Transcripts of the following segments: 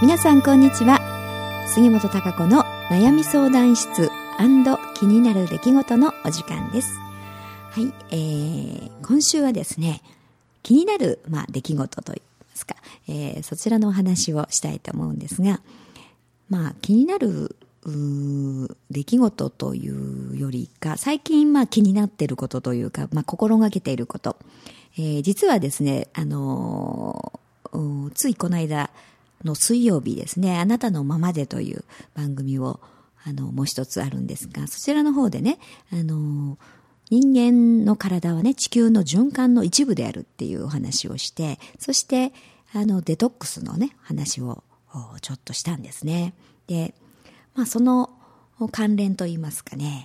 皆さんこんにちは。杉本孝子の悩み相談室&気になる出来事のお時間です。はい、今週はですね、気になる、出来事といいますか、そちらのお話をしたいと思うんですが、気になる出来事というよりか、最近気になっていることというか、心がけていること、実はですね、ついこの間の水曜日ですね、あなたのままでという番組をもう一つあるんですが、そちらの方でね、人間の体はね、地球の循環の一部であるっていうお話をして、そしてデトックスのね話をちょっとしたんですね。で、その関連といいますかね、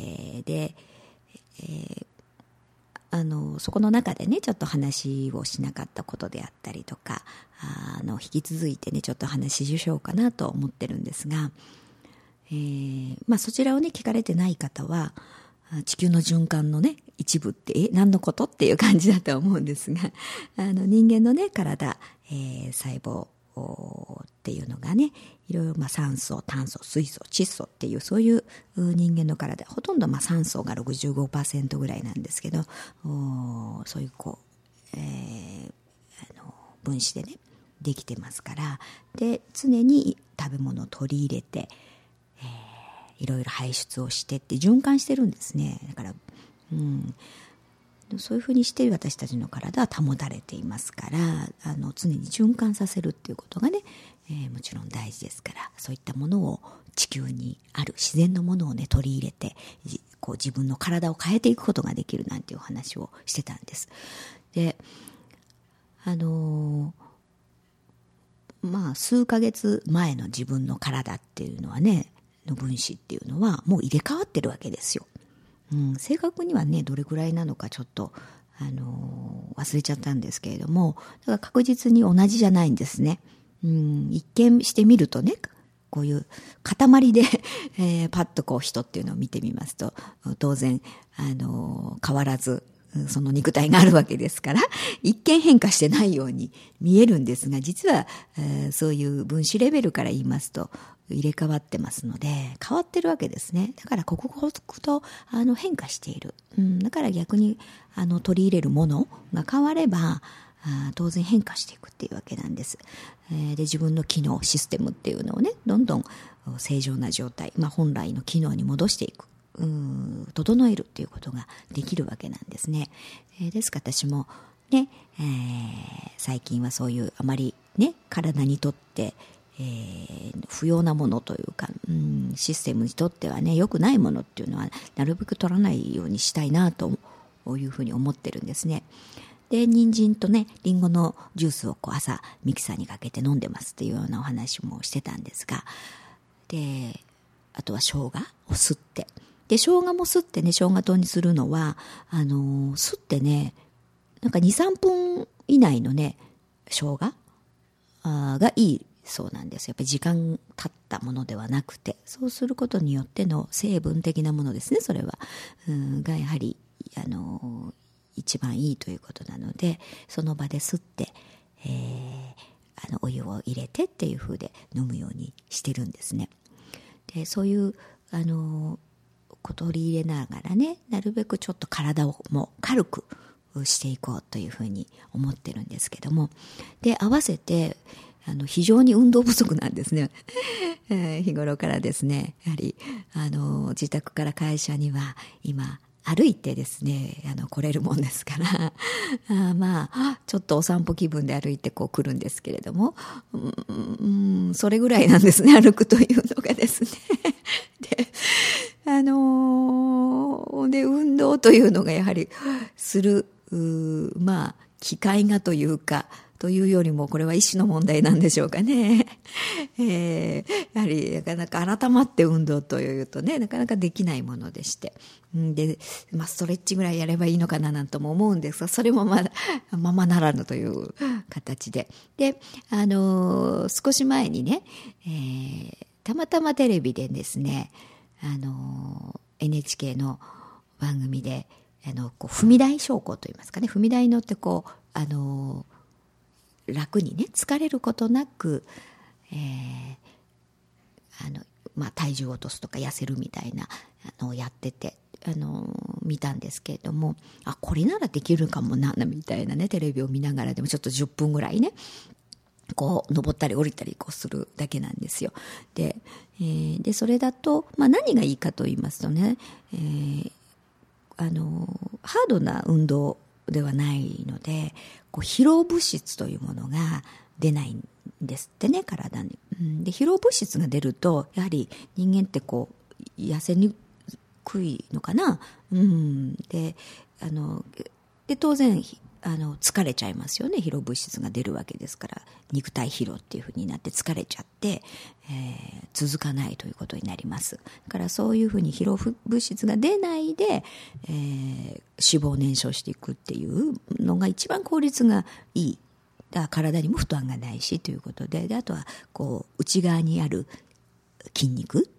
そこの中でねちょっと話をしなかったことであったりとか、引き続いてねちょっと話しようかなと思ってるんですが、そちらをね聞かれてない方は、地球の循環のね一部って何のことっていう感じだと思うんですが、人間のね体、細胞っていうのがね、いろいろ酸素、炭素、水素、窒素っていうそういう人間の体、ほとんど酸素が 65% ぐらいなんですけど、そういう分子でねできてますから、で常に食べ物を取り入れて、いろいろ排出をしてって循環してるんですね。だから、そういうふうにして私たちの体は保たれていますから、常に循環させるっていうことがね、もちろん大事ですから、そういったものを地球にある自然のものをね取り入れて、自分の体を変えていくことができるなんていうお話をしてたんです。で、数ヶ月前の自分の体っていうのはね、の分子っていうのはもう入れ替わってるわけですよ。正確にはねどれくらいなのかちょっと忘れちゃったんですけれども、だから確実に同じじゃないんですね。一見してみるとね、こういう塊で、パッと人っていうのを見てみますと、当然変わらずその肉体があるわけですから、一見変化してないように見えるんですが、実は、そういう分子レベルから言いますと入れ替わってますので、変わってるわけですね。だから刻々と変化している。だから逆に取り入れるものが変われば当然変化していくっていうわけなんです。で、自分の機能システムっていうのをねどんどん正常な状態、本来の機能に戻していく、整えるっていうことができるわけなんですね。ですから私もね、最近はそういうあまりね体にとって不要なものというか、システムにとってはね良くないものっていうのはなるべく取らないようにしたいなというふうに思ってるんですね。で、人参とねリンゴのジュースを朝ミキサーにかけて飲んでますっていうようなお話もしてたんですが、で、あとは生姜をすって、で生姜もすってね生姜糖にするのはすってねなんか 2,3 分以内のね生姜がいいそうなんです。やっぱり時間経ったものではなくて、そうすることによっての成分的なものですね、それはがやはり一番いいということなので、その場ですって、お湯を入れてっていう風で飲むようにしてるんですね。で、そういう取り入れながらね、なるべくちょっと体をもう軽くしていこうというふうに思ってるんですけども、で合わせて非常に運動不足なんですね。日頃からですね、やはり自宅から会社には今歩いてですね来れるもんですからちょっとお散歩気分で歩いて来るんですけれども、それぐらいなんですね、歩くというのがですね。でで運動というのがやはりする機会がというかというよりも、これは意思の問題なんでしょうかね。やはりなかなか改まって運動というとねなかなかできないものでして、で、ストレッチぐらいやればいいのかななんとも思うんですが、それもままならぬという形で、で少し前にね、たまたまテレビでですねNHK の番組で踏み台昇降といいますかね、踏み台に乗って楽にね疲れることなく、 体重を落とすとか痩せるみたいなのをやってて、見たんですけれども、これならできるかもなみたいなね、テレビを見ながらでもちょっと10分ぐらいね、こう登ったり降りたりこうするだけなんですよ。でそれだと、何がいいかと言いますとね、ハードな運動ではないので、こう疲労物質というものが出ないんですってね、体に。で疲労物質が出るとやはり人間ってこう痩せにくいのかな。で当然疲れちゃいますよね。疲労物質が出るわけですから、肉体疲労っていうふうになって疲れちゃって、続かないということになります。だからそういうふうに疲労物質が出ないで、脂肪を燃焼していくっていうのが一番効率がいい。だから体にも負担がないしということで、あとはこう内側にある筋肉、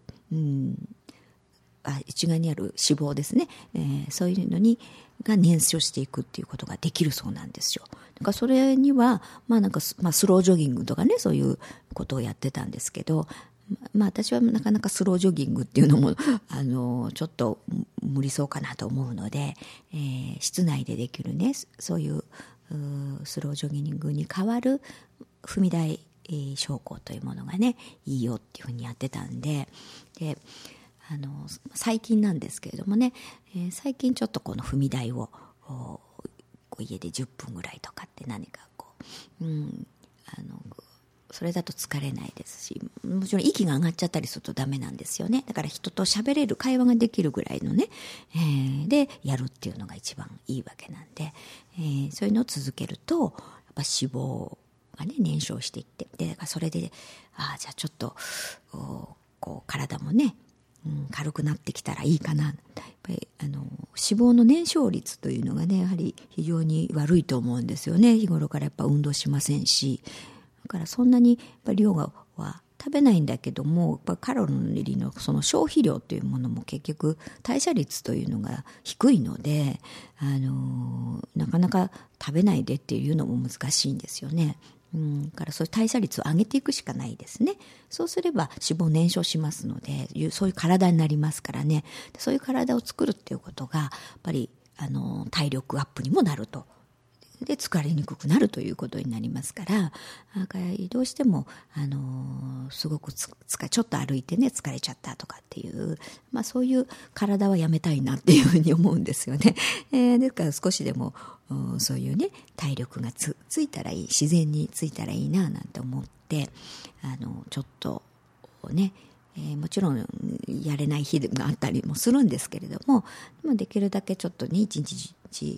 内側にある脂肪ですね、そういうのが燃焼していくっていうことができるそうなんですよ。だからそれにはスロージョギングとかね、そういうことをやってたんですけど、私はなかなかスロージョギングっていうのもちょっと無理そうかなと思うので、室内でできるね、そういうスロージョギングに代わる踏み台昇降というものがねいいよっていうふうにやってたんで、最近なんですけれどもね、最近ちょっとこの踏み台を家で10分ぐらいとかって何かこう、それだと疲れないですし、もちろん息が上がっちゃったりするとダメなんですよね。だから人と喋れる、会話ができるぐらいのね、でやるっていうのが一番いいわけなんで、そういうのを続けるとやっぱ脂肪がね燃焼していって、でそれでじゃあちょっとこう体もね、軽くなってきたらいいかな。やっぱり脂肪の燃焼率というのがねやはり非常に悪いと思うんですよね。日頃からやっぱ運動しませんし、だからそんなにやっぱ量は食べないんだけども、やっぱカロリーのその消費量というものも結局代謝率というのが低いので、なかなか食べないでっていうのも難しいんですよね。だからそういう代謝率を上げていくしかないですね。そうすれば脂肪燃焼しますので、そういう体になりますからね。そういう体を作るっていうことがやっぱり体力アップにもなると。で疲れにくくなるということになりますから、どうしてもすごくちょっと歩いてね疲れちゃったとかっていう、そういう体はやめたいなっていうふうに思うんですよね。ですから少しでもそういうね体力がついたらいい、自然についたらいいななんて思って、ちょっとね、もちろんやれない日があったりもするんですけれども、できるだけちょっとね一日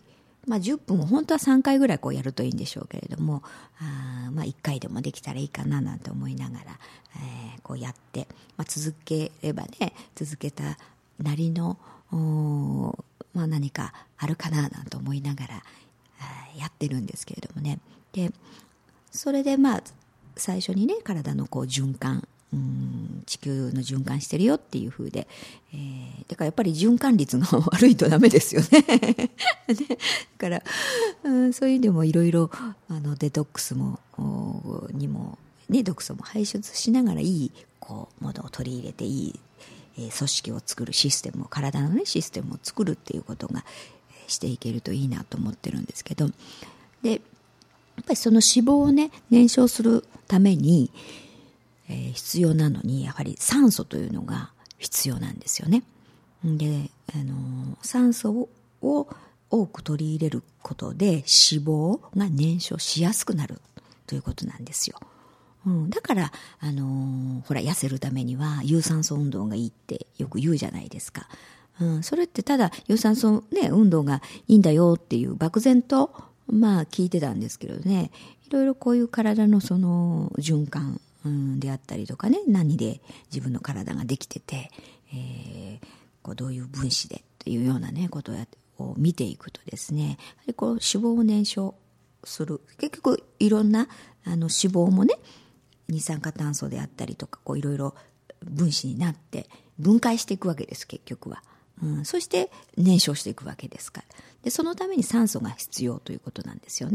10分を本当は3回ぐらいこうやるといいんでしょうけれども、1回でもできたらいいかななんて思いながら、こうやって、続ければね続けたなりの何かあるかななんて思いながらやってるんですけれどもね。でそれで最初にね体のこう循環、地球の循環してるよっていう風で、だからやっぱり循環率が悪いとダメですよね。だから、そういう意味でもいろいろデトックスにもね毒素も排出しながらいいこうものを取り入れていい、組織を作るシステムを、体のねシステムを作るっていうことがしていけるといいなと思ってるんですけど、でやっぱりその脂肪をね燃焼するために必要なのにやはり酸素というのが必要なんですよね。で酸素を多く取り入れることで脂肪が燃焼しやすくなるということなんですよ。だからほら痩せるためには有酸素運動がいいってよく言うじゃないですか。それってただ有酸素、運動がいいんだよっていう漠然と聞いてたんですけどね、いろいろこういう体のその循環であったりとかね、何で自分の体ができてて、こうどういう分子でというようなねことを見ていくとですね、やはりこう脂肪を燃焼する、結局いろんな脂肪もね二酸化炭素であったりとかこういろいろ分子になって分解していくわけです、結局は。そして燃焼していくわけですから。でそのために酸素が必要ということなんですよね。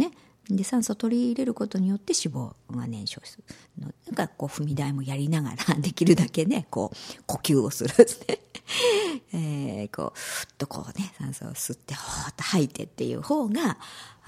で酸素を取り入れることによって脂肪が燃焼するの。なんかこう踏み台もやりながらできるだけねこう呼吸をするねこうふっとこうね酸素を吸ってほーっと吐いてっていう方が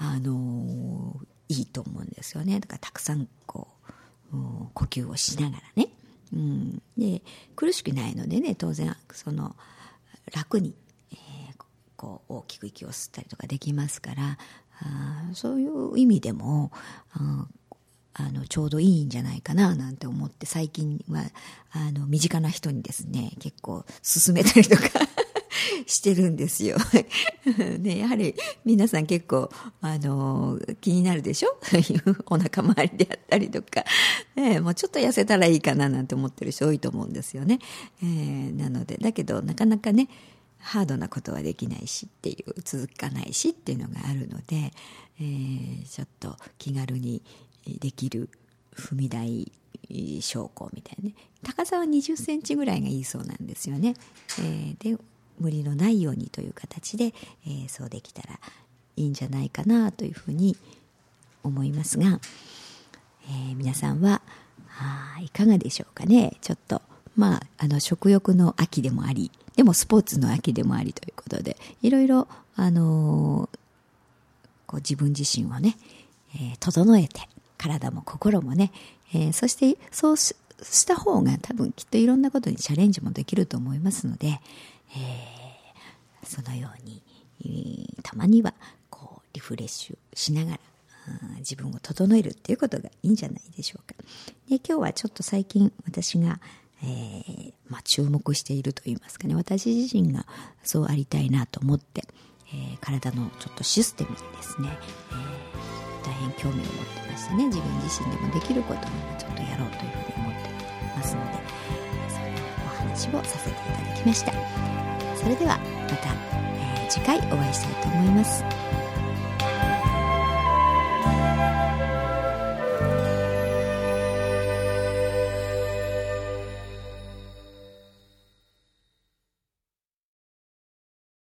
いいと思うんですよね。だからたくさんこう、呼吸をしながらね、で苦しくないのでね当然その楽に、こう大きく息を吸ったりとかできますから、そういう意味でもちょうどいいんじゃないかななんて思って最近は身近な人にですね結構勧めたりとかしてるんですよね、やはり皆さん結構気になるでしょお腹周りであったりとか、もうちょっと痩せたらいいかななんて思ってる人多いと思うんですよね、なのでだけどなかなかねハードなことはできないしっていう続かないしっていうのがあるので、ちょっと気軽にできる踏み台昇降みたいなね、高さは20センチぐらいがいいそうなんですよね、で無理のないようにという形で、そうできたらいいんじゃないかなというふうに思いますが、皆さんはいかがでしょうかね。ちょっと食欲の秋でもありでもスポーツの秋でもありということでいろいろこう自分自身をね、整えて体も心もね、そしてそうした方が多分きっといろんなことにチャレンジもできると思いますので、そのように、たまにはこうリフレッシュしながら自分を整えるっていうことがいいんじゃないでしょうか。で今日はちょっと最近私が注目しているといいますかね、私自身がそうありたいなと思って、体のちょっとシステムにですね、大変興味を持ってましてね、自分自身でもできることをちょっとやろうというふうに思ってますので、そんなお話をさせていただきました。それではまた、次回お会いしたいと思います。